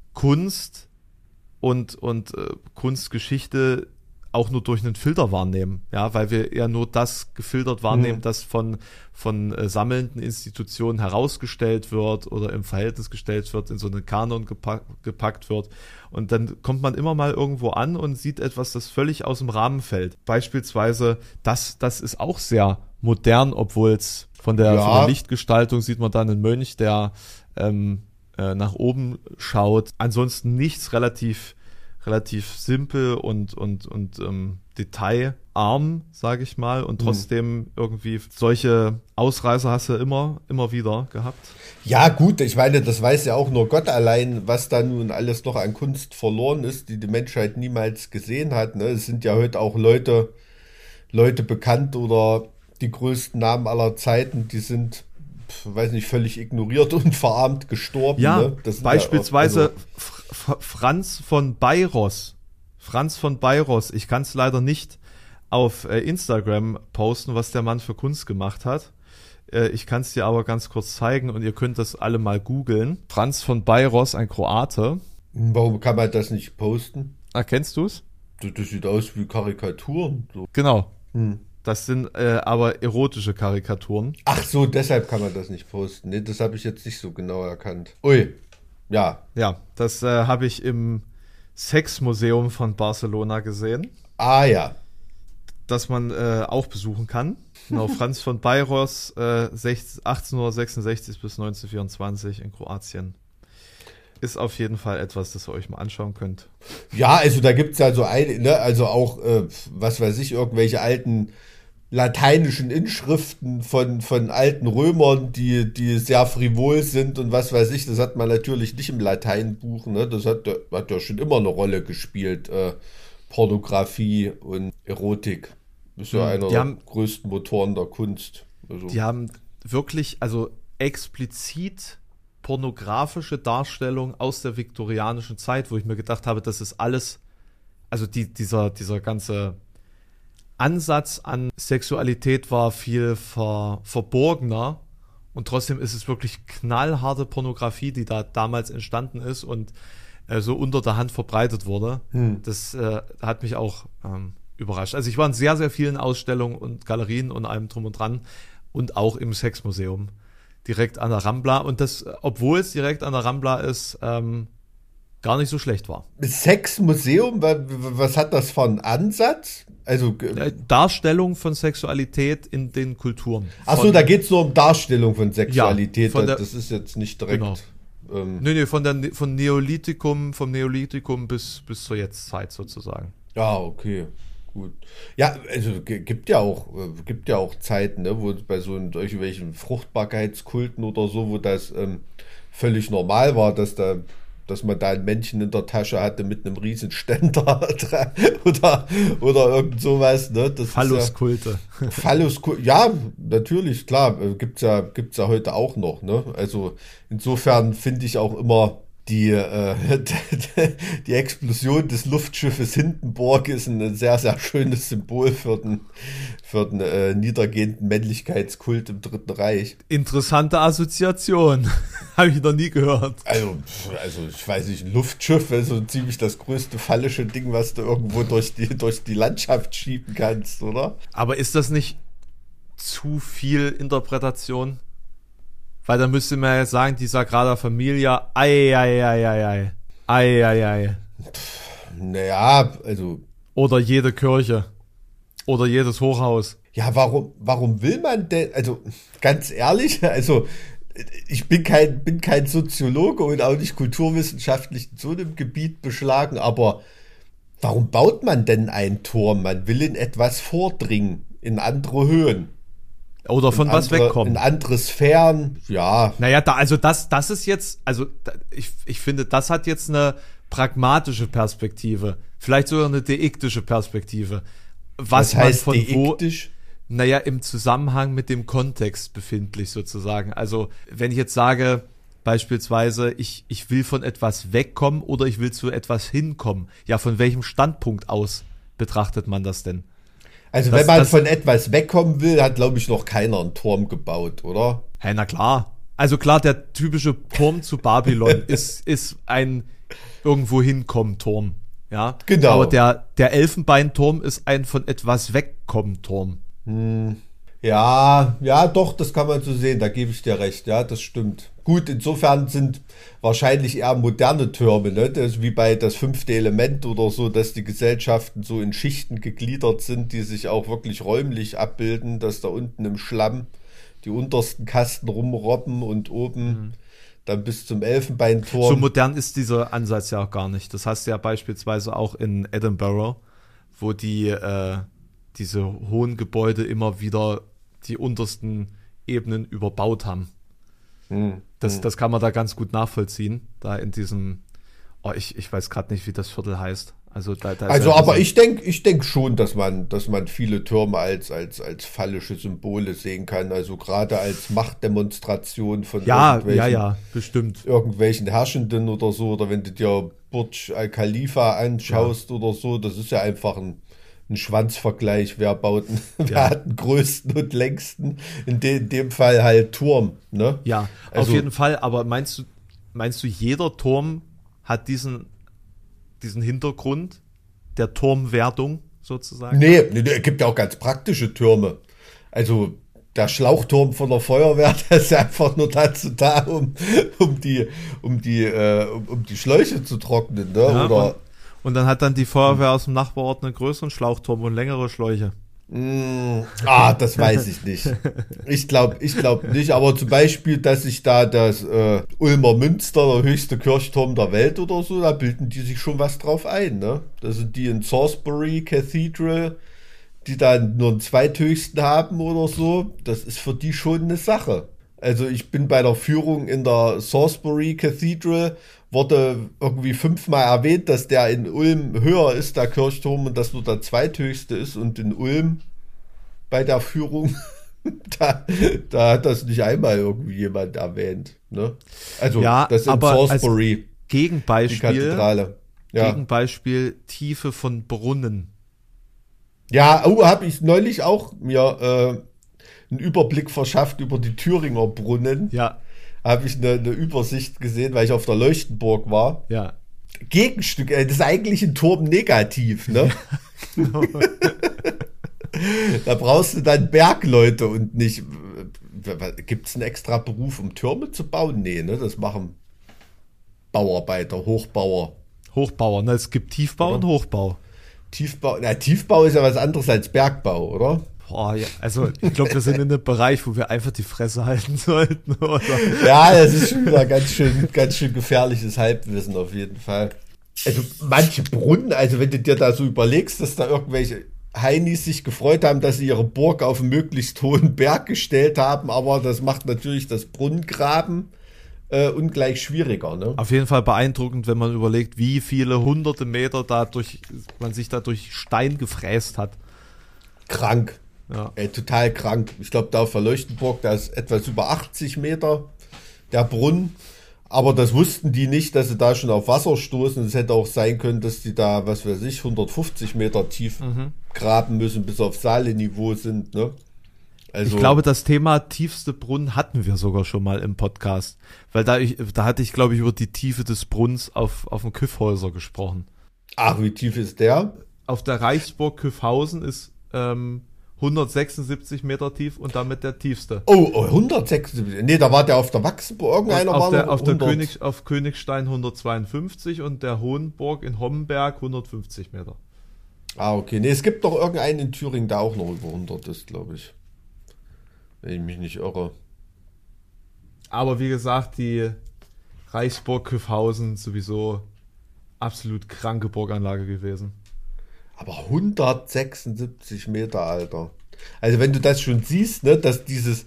Kunst und, und äh, Kunstgeschichte auch nur durch einen Filter wahrnehmen, ja, weil wir ja nur das gefiltert wahrnehmen, mhm. das von, von äh, sammelnden Institutionen herausgestellt wird oder im Verhältnis gestellt wird, in so einen Kanon gepack, gepackt wird. Und dann kommt man immer mal irgendwo an und sieht etwas, das völlig aus dem Rahmen fällt. Beispielsweise, das, das ist auch sehr modern, obwohl es von der, ja. von der Lichtgestaltung sieht man dann einen Mönch, der ähm, äh, nach oben schaut. Ansonsten nichts, relativ relativ simpel und und und ähm, detailarm, sage ich mal, und trotzdem mhm. irgendwie solche Ausreißer hast du immer immer wieder gehabt. Ja gut, ich meine, das weiß ja auch nur Gott allein, was da nun alles noch an Kunst verloren ist, die die Menschheit niemals gesehen hat. Ne? Es sind ja heute auch Leute Leute bekannt oder die größten Namen aller Zeiten, die sind, weiß nicht, völlig ignoriert und verarmt gestorben. Ja, ne? Das beispielsweise ja, also Franz von Beiros. Franz von Beiros. Ich kann es leider nicht auf äh, Instagram posten, was der Mann für Kunst gemacht hat. Äh, ich kann es dir aber ganz kurz zeigen und ihr könnt das alle mal googeln. Franz von Beiros, ein Kroate. Warum kann man das nicht posten? Erkennst du es? Das, das sieht aus wie Karikaturen. So. Genau. Hm. Das sind äh, aber erotische Karikaturen. Ach so, deshalb kann man das nicht posten. Nee, das habe ich jetzt nicht so genau erkannt. Ui, ja. Ja, das äh, habe ich im Sexmuseum von Barcelona gesehen. Ah ja. das man äh, auch besuchen kann. Genau, Franz von Bayros, äh, achtzehnhundertsechsundsechzig bis neunzehnhundertvierundzwanzig in Kroatien. Ist auf jeden Fall etwas, das ihr euch mal anschauen könnt. Ja, also da gibt es ja so ein, ne, also auch, äh, was weiß ich, irgendwelche alten lateinischen Inschriften von, von alten Römern, die, die sehr frivol sind und was weiß ich, das hat man natürlich nicht im Lateinbuch, ne? Das hat, hat ja schon immer eine Rolle gespielt, äh, Pornografie und Erotik. Ist ja einer der haben, größten Motoren der Kunst. Also. Die haben wirklich, also explizit pornografische Darstellung aus der viktorianischen Zeit, wo ich mir gedacht habe, das ist alles, also die, dieser, dieser ganze Ansatz an Sexualität war viel ver, verborgener und trotzdem ist es wirklich knallharte Pornografie, die da damals entstanden ist und äh, so unter der Hand verbreitet wurde. Hm. Das äh, hat mich auch ähm, überrascht. Also ich war in sehr, sehr vielen Ausstellungen und Galerien und allem drum und dran und auch im Sexmuseum. Direkt an der Rambla und das, obwohl es direkt an der Rambla ist, ähm, gar nicht so schlecht war. Sexmuseum, was hat das für einen Ansatz? Also Darstellung von Sexualität in den Kulturen. Achso, da geht es nur um Darstellung von Sexualität. Ja, von der, das ist jetzt nicht direkt. Genau. Ähm, nee, nee, von der von Neolithikum, vom Neolithikum bis, bis zur Jetztzeit sozusagen. Ja, okay. Gut. Ja, also gibt ja auch, gibt ja auch Zeiten, ne, wo bei so irgendwelchen Fruchtbarkeitskulten oder so, wo das ähm, völlig normal war, dass da, dass man da ein Männchen in der Tasche hatte mit einem riesen Ständer oder, oder irgend sowas, ne? Das Phalluskulte. Ja, Phalluskulte, ja, natürlich, klar, gibt's ja, gibt's ja heute auch noch, ne? Also insofern finde ich auch immer, Die, äh, die Explosion des Luftschiffes Hindenburg ist ein sehr, sehr schönes Symbol für den, für den äh, niedergehenden Männlichkeitskult im Dritten Reich. Interessante Assoziation. Habe ich noch nie gehört. Also, also, ich weiß nicht, ein Luftschiff ist so ziemlich das größte phallische Ding, was du irgendwo durch die, durch die Landschaft schieben kannst, oder? Aber ist das nicht zu viel Interpretation? Weil dann müsste man ja sagen, die Sagrada Familia, ei, ei, ei, ei, ei, ei, ei, ei. Naja, also... Oder jede Kirche. Oder jedes Hochhaus. Ja, warum, warum will man denn, also ganz ehrlich, also ich bin kein, bin kein Soziologe und auch nicht kulturwissenschaftlich in so einem Gebiet beschlagen, aber warum baut man denn einen Turm? Man will in etwas vordringen, in andere Höhen. Oder von was andere, wegkommen. In andere Sphären, ja. Naja, da, also das, das ist jetzt, also da, ich, ich finde, das hat jetzt eine pragmatische Perspektive. Vielleicht sogar eine deiktische Perspektive. Was, was heißt man von deiktisch? Wo, naja, im Zusammenhang mit dem Kontext befindlich sozusagen. Also wenn ich jetzt sage, beispielsweise, ich, ich will von etwas wegkommen oder ich will zu etwas hinkommen. Ja, von welchem Standpunkt aus betrachtet man das denn? Also das, wenn man das, von etwas wegkommen will, hat, glaube ich, noch keiner einen Turm gebaut, oder? Hä, na klar. Also klar, der typische Turm zu Babylon ist, ist ein irgendwo hinkommen Turm. Ja, genau. Aber der, der Elfenbeinturm ist ein von etwas wegkommen Turm. Hm. Ja, ja, doch, das kann man so sehen, da gebe ich dir recht, ja, das stimmt. Gut, insofern sind wahrscheinlich eher moderne Türme, ne? Das ist wie bei das fünfte Element oder so, dass die Gesellschaften so in Schichten gegliedert sind, die sich auch wirklich räumlich abbilden, dass da unten im Schlamm die untersten Kasten rumrobben und oben mhm. dann bis zum Elfenbeinturm. So modern ist dieser Ansatz ja auch gar nicht. Das hast du ja beispielsweise auch in Edinburgh, wo die äh, diese hohen Gebäude immer wieder die untersten Ebenen überbaut haben. Hm, das, hm. das kann man da ganz gut nachvollziehen. Da in diesem, oh, ich, ich weiß gerade nicht, wie das Viertel heißt. Also, da, da also ja aber ich denke ich denk schon, dass man, dass man viele Türme als, als, als phallische Symbole sehen kann. Also gerade als Machtdemonstration von ja, irgendwelchen, ja, ja, bestimmt. irgendwelchen Herrschenden oder so. Oder wenn du dir Burj Al Khalifa anschaust ja. oder so, das ist ja einfach ein ein Schwanzvergleich, wer baut, wer ja. hat den größten und längsten, in, de, in dem Fall halt Turm, ne? Ja, also, auf jeden Fall, aber meinst du, meinst du, jeder Turm hat diesen, diesen Hintergrund der Turmwertung sozusagen? Nee, nee, es gibt ja auch ganz praktische Türme. Also der Schlauchturm von der Feuerwehr, der ist ja einfach nur dazu da, um, um die, um die, äh, um, um die Schläuche zu trocknen, ne? Ja, oder Und dann hat dann die Feuerwehr aus dem Nachbarort einen größeren Schlauchturm und längere Schläuche. Mm, ah, das weiß ich nicht. Ich glaube ich glaub nicht, aber zum Beispiel, dass sich da das äh, Ulmer Münster, der höchste Kirchturm der Welt oder so, da bilden die sich schon was drauf ein, ne? Das sind die in Salisbury Cathedral, die da nur einen zweithöchsten haben oder so. Das ist für die schon eine Sache. Also ich bin bei der Führung in der Salisbury Cathedral, wurde irgendwie fünfmal erwähnt, dass der in Ulm höher ist, der Kirchturm, und dass nur der zweithöchste ist. Und in Ulm bei der Führung, da, da hat das nicht einmal irgendwie jemand erwähnt. Ne? Also ja, das in aber Salisbury, Gegenbeispiel, die Kathedrale. Ja. Gegenbeispiel Tiefe von Brunnen. Ja, oh, habe ich neulich auch mir äh, einen Überblick verschafft über die Thüringer Brunnen. Ja. Habe ich eine, eine Übersicht gesehen, weil ich auf der Leuchtenburg war. Ja. Gegenstück, äh, das ist eigentlich ein Turm negativ, ne? Genau. Da brauchst du dann Bergleute und nicht. Gibt es einen extra Beruf, um Türme zu bauen? Nee, ne? Das machen Bauarbeiter, Hochbauer. Hochbauer, ne? Es gibt Tiefbau Oder? und Hochbau. Tiefbau, na, Tiefbau ist ja was anderes als Bergbau, oder? Boah, ja, also ich glaube, wir sind in einem Bereich, wo wir einfach die Fresse halten sollten, oder? Ja, das ist schon wieder ganz schön, ganz schön gefährliches Halbwissen auf jeden Fall. Also manche Brunnen, also wenn du dir da so überlegst, dass da irgendwelche Heinis sich gefreut haben, dass sie ihre Burg auf einen möglichst hohen Berg gestellt haben, aber das macht natürlich das Brunnengraben äh, ungleich schwieriger, ne? Auf jeden Fall beeindruckend, wenn man überlegt, wie viele hunderte Meter dadurch man sich da durch Stein gefräst hat. Krank. Ja. Ey, total krank. Ich glaube, da auf der Leuchtenburg, da ist etwas über achtzig Meter der Brunnen. Aber das wussten die nicht, dass sie da schon auf Wasser stoßen. Es hätte auch sein können, dass die da, was weiß ich, hundertfünfzig Meter tief mhm. graben müssen, bis auf Saale-Niveau sind. Ne? Also, ich glaube, das Thema tiefste Brunnen hatten wir sogar schon mal im Podcast. Weil da, ich, da hatte ich, glaube ich, über die Tiefe des Brunnens auf, auf dem Küffhäuser gesprochen. Ach, wie tief ist der? Auf der Reichsburg Küffhausen ist ähm, hundertsechsundsiebzig Meter tief und damit der tiefste. Oh, oh hundertsechsundsiebzig. Nee, da war der auf der Wachsenburg. Irgendeiner auf war der, noch auf der hundert. König, auf Königstein hundertzweiundfünfzig und der Hohenburg in Hommenberg hundertfünfzig Meter. Ah, okay. Nee, es gibt noch irgendeinen in Thüringen, der auch noch über hundert ist, glaube ich. Wenn ich mich nicht irre. Aber wie gesagt, die Reichsburg Küffhausen sowieso absolut kranke Burganlage gewesen. Aber hundertsechsundsiebzig Meter, Alter. Also wenn du das schon siehst, ne, dass dieses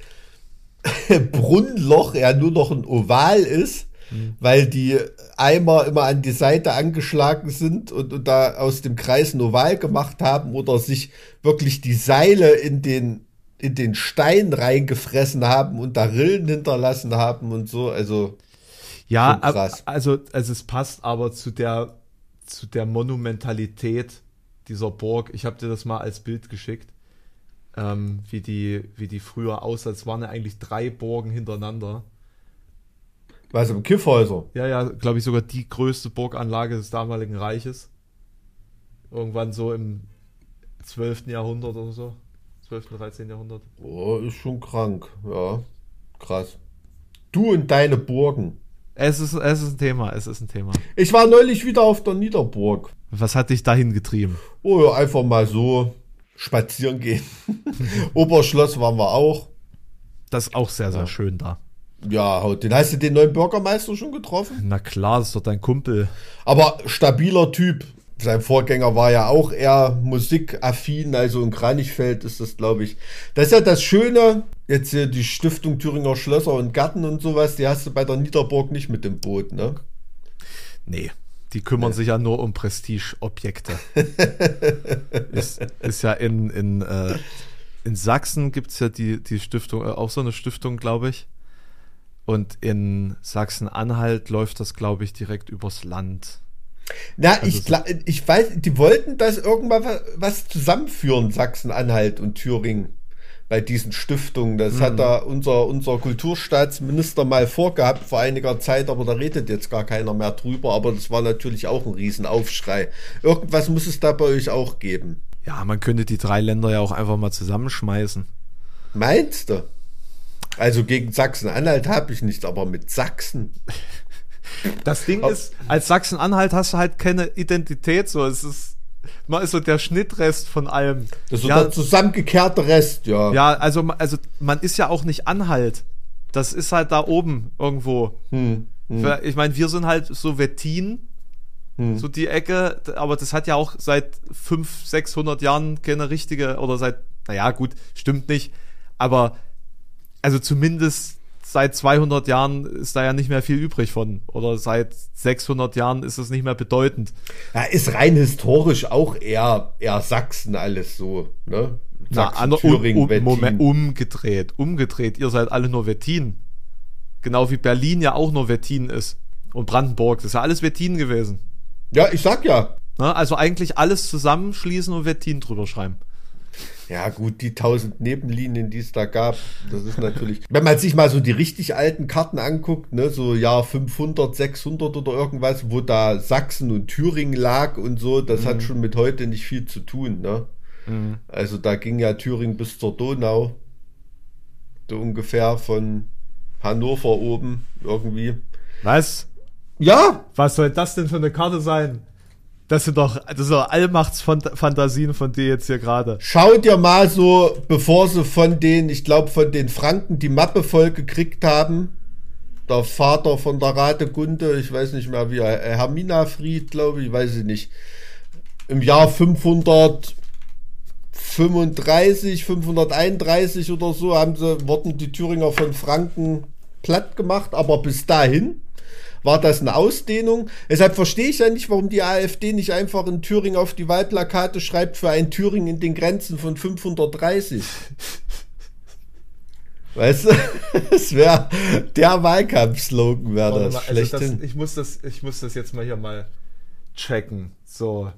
Brunnenloch ja nur noch ein Oval ist, mhm. weil die Eimer immer an die Seite angeschlagen sind und, und da aus dem Kreis ein Oval gemacht haben oder sich wirklich die Seile in den, in den Stein reingefressen haben und da Rillen hinterlassen haben und so, also ja, krass. Also, also es passt aber zu der, zu der Monumentalität dieser Burg. Ich habe dir das mal als Bild geschickt, ähm, wie die, wie die früher aussah. Es waren ja eigentlich drei Burgen hintereinander. Was, im Kiffhäuser? Ja, ja, glaube ich sogar die größte Burganlage des damaligen Reiches. Irgendwann so im zwölften Jahrhundert oder so. zwölften, dreizehnten Jahrhundert. Oh, ist schon krank, ja. Krass. Du und deine Burgen. Es ist, es ist ein Thema, es ist ein Thema. Ich war neulich wieder auf der Niederburg. Was hat dich dahin getrieben? Oh ja, einfach mal so spazieren gehen. Oberschloss waren wir auch. Das ist auch sehr, sehr ja. schön da. Ja, den hast du den neuen Bürgermeister schon getroffen? Na klar, das ist doch dein Kumpel. Aber stabiler Typ. Sein Vorgänger war ja auch eher musikaffin, also in Kranichfeld ist das, glaube ich. Das ist ja das Schöne, jetzt hier die Stiftung Thüringer Schlösser und Gärten und sowas, die hast du bei der Niederburg nicht mit dem Boot, ne? Nee, die kümmern nee. sich ja nur um Prestigeobjekte. ist, ist ja in, in, äh, in Sachsen gibt es ja die, die Stiftung, äh, auch so eine Stiftung, glaube ich. Und in Sachsen-Anhalt läuft das, glaube ich, direkt übers Land. Na, also ich, ich weiß, die wollten das irgendwann was zusammenführen, Sachsen-Anhalt und Thüringen, bei diesen Stiftungen. Das mhm. hat da unser, unser Kulturstaatsminister mal vorgehabt vor einiger Zeit, aber da redet jetzt gar keiner mehr drüber. Aber das war natürlich auch ein Riesenaufschrei. Irgendwas muss es da bei euch auch geben. Ja, man könnte die drei Länder ja auch einfach mal zusammenschmeißen. Meinst du? Also gegen Sachsen-Anhalt habe ich nichts, aber mit Sachsen... Das Ding ist, als Sachsen-Anhalt hast du halt keine Identität, so es ist man ist so der Schnittrest von allem. Das ist so ja, der zusammengekehrte Rest, ja. Ja, also, also man ist ja auch nicht Anhalt. Das ist halt da oben irgendwo. Hm, hm. Ich meine, wir sind halt so Wettin, hm. so die Ecke, aber das hat ja auch seit fünfhundert, sechshundert Jahren keine richtige, oder seit, naja gut, stimmt nicht, aber also zumindest seit zweihundert Jahren ist da ja nicht mehr viel übrig von. Oder seit sechshundert Jahren ist es nicht mehr bedeutend. Ja, ist rein historisch auch eher, ehr Sachsen alles so, ne? Sachsen, Na, Thüringen, um, um, Moment, umgedreht, umgedreht. Ihr seid alle nur Wettin. Genau wie Berlin ja auch nur Wettin ist. Und Brandenburg, das ist ja alles Wettin gewesen. Ja, ich sag ja. Na, also eigentlich alles zusammenschließen und Wettin drüber schreiben. Ja gut, die tausend Nebenlinien, die es da gab, das ist natürlich, wenn man sich mal so die richtig alten Karten anguckt, ne, so Jahr fünfhundert, sechshundert oder irgendwas, wo da Sachsen und Thüringen lag und so, das mhm. hat schon mit heute nicht viel zu tun, ne? Mhm. Also da ging ja Thüringen bis zur Donau, so ungefähr von Hannover oben irgendwie. Was? Ja! Was soll das denn für eine Karte sein? Das sind doch, das sind doch Allmachtsfantasien von dir jetzt hier gerade. Schau dir mal so, bevor sie von den, ich glaube von den Franken die Mappe voll gekriegt haben, der Vater von der Radegunde, ich weiß nicht mehr wie er, Herminafried, glaube ich, weiß ich nicht, im Jahr fünfhundertfünfunddreißig, fünfhunderteinunddreißig oder so, haben sie, wurden die Thüringer von Franken platt gemacht, aber bis dahin war das eine Ausdehnung. Deshalb verstehe ich ja nicht, warum die AfD nicht einfach in Thüringen auf die Wahlplakate schreibt, für ein Thüringen in den Grenzen von fünfhundertdreißig. Weißt du, das wäre der Wahlkampfslogan, wäre das mal, also schlechthin. Das, ich, muss das, ich muss das jetzt mal hier mal checken. So.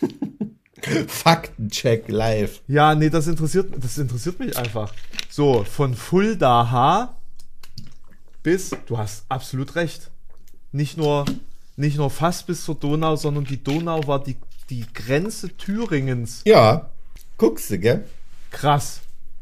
Faktencheck live. Ja, nee, das interessiert, das interessiert mich einfach. So, von Fulda H bis, du hast absolut recht. Nicht nur, nicht nur fast bis zur Donau, sondern die Donau war die, die Grenze Thüringens. Ja, guckst du, gell? Krass.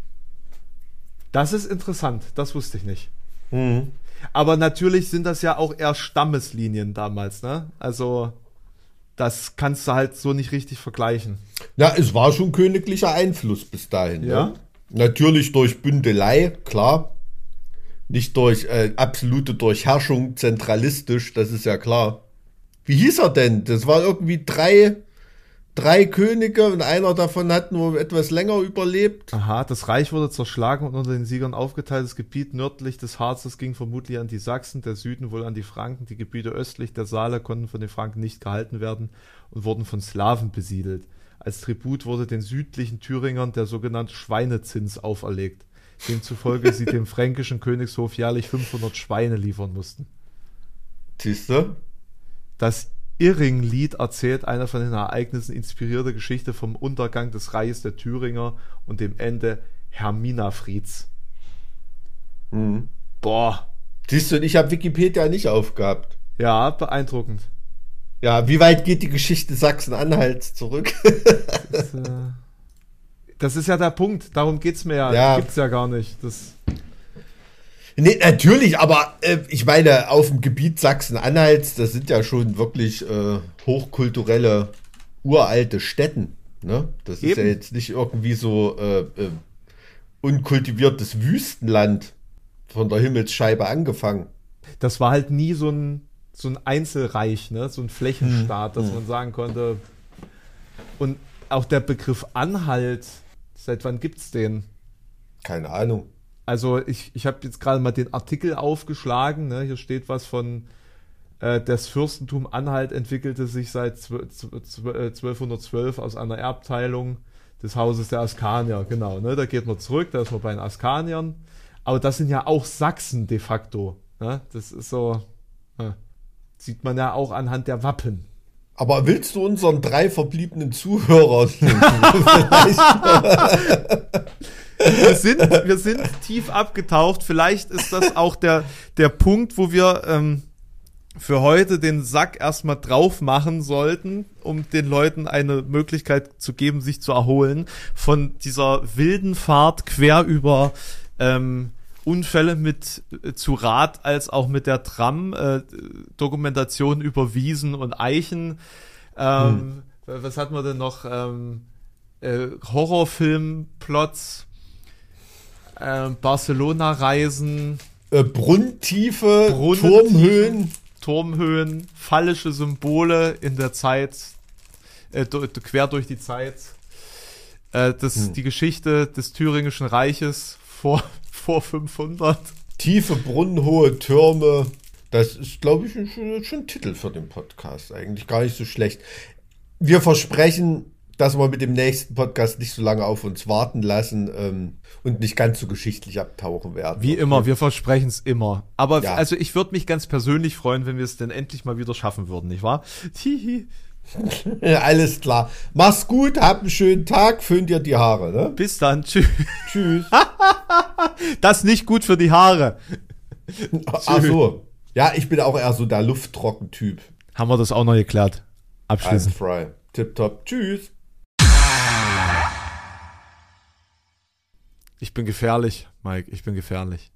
Das ist interessant, das wusste ich nicht. Mhm. Aber natürlich sind das ja auch eher Stammeslinien damals, ne? Also, das kannst du halt so nicht richtig vergleichen. Ja, es war schon königlicher Einfluss bis dahin. Ja. Ne? Natürlich durch Bündelei, klar. Nicht durch äh, absolute Durchherrschung, zentralistisch, das ist ja klar. Wie hieß er denn? Das waren irgendwie drei, drei Könige und einer davon hat nur etwas länger überlebt. Aha, das Reich wurde zerschlagen und unter den Siegern aufgeteilt. Das Gebiet nördlich des Harzes ging vermutlich an die Sachsen, der Süden wohl an die Franken. Die Gebiete östlich der Saale konnten von den Franken nicht gehalten werden und wurden von Slawen besiedelt. Als Tribut wurde den südlichen Thüringern der sogenannte Schweinezins auferlegt, demzufolge sie dem fränkischen Königshof jährlich fünfhundert Schweine liefern mussten. Siehst du? Das Irring-Lied erzählt eine von den Ereignissen inspirierte Geschichte vom Untergang des Reiches der Thüringer und dem Ende Herminafrieds. Mhm. Boah. Siehst du, ich habe Wikipedia nicht aufgehabt. Ja, beeindruckend. Ja, wie weit geht die Geschichte Sachsen-Anhalts zurück? Das, äh, das ist ja der Punkt, darum geht's mir ja. Ja. Gibt's ja gar nicht. Das Nee, natürlich, aber äh, ich meine, auf dem Gebiet Sachsen-Anhalts, das sind ja schon wirklich äh, hochkulturelle, uralte Städten. Ne? Das Eben. ist ja jetzt nicht irgendwie so äh, äh, unkultiviertes Wüstenland von der Himmelsscheibe angefangen. Das war halt nie so ein, so ein Einzelreich, ne? So ein Flächenstaat, hm. dass hm. man sagen konnte. Und auch der Begriff Anhalt, seit wann gibt's den? Keine Ahnung. Also ich, ich habe jetzt gerade mal den Artikel aufgeschlagen, ne? Hier steht was von äh, das Fürstentum Anhalt entwickelte sich seit zwölfhundertzwölf aus einer Erbteilung des Hauses der Askanier, genau, ne? Da geht man zurück, da ist man bei den Askaniern, aber das sind ja auch Sachsen de facto, ne? Das ist so, ja, sieht man ja auch anhand der Wappen. Aber willst du unseren drei verbliebenen Zuhörern Wir sind, wir sind tief abgetaucht. Vielleicht ist das auch der, der Punkt, wo wir ähm, für heute den Sack erstmal drauf machen sollten, um den Leuten eine Möglichkeit zu geben, sich zu erholen von dieser wilden Fahrt quer über ähm, Unfälle mit äh, zu Rad als auch mit der Tram, äh, Dokumentation über Wiesen und Eichen, ähm, hm. Was hat man denn noch? Ähm, äh, Horrorfilm-Plots, äh, Barcelona-Reisen, Äh, Brunntiefe, Brunnen- Turmhöhen. Turmhöhen, phallische Symbole in der Zeit, äh, du, du, quer durch die Zeit. Äh, das, Hm. Die Geschichte des Thüringischen Reiches vor, vor fünfhundert. Tiefe, brunnenhohe Türme. Das ist, glaube ich, schon, schon ein Titel für den Podcast. Eigentlich gar nicht so schlecht. Wir versprechen, dass wir mit dem nächsten Podcast nicht so lange auf uns warten lassen ähm, und nicht ganz so geschichtlich abtauchen werden. Wie immer, wir versprechen es immer. Aber Ja. also ich würde mich ganz persönlich freuen, wenn wir es denn endlich mal wieder schaffen würden, nicht wahr? Hihi. Ja, alles klar. Mach's gut, hab einen schönen Tag, föhn dir die Haare. Ne? Bis dann, tschüss. Tschüss. Das ist nicht gut für die Haare. Ach so. Ja, ich bin auch eher so der Lufttrocken-Typ. Haben wir das auch noch geklärt? I'm Abschließend. fry. Tipptopp. Tschüss. Ich bin gefährlich, Mike, ich bin gefährlich.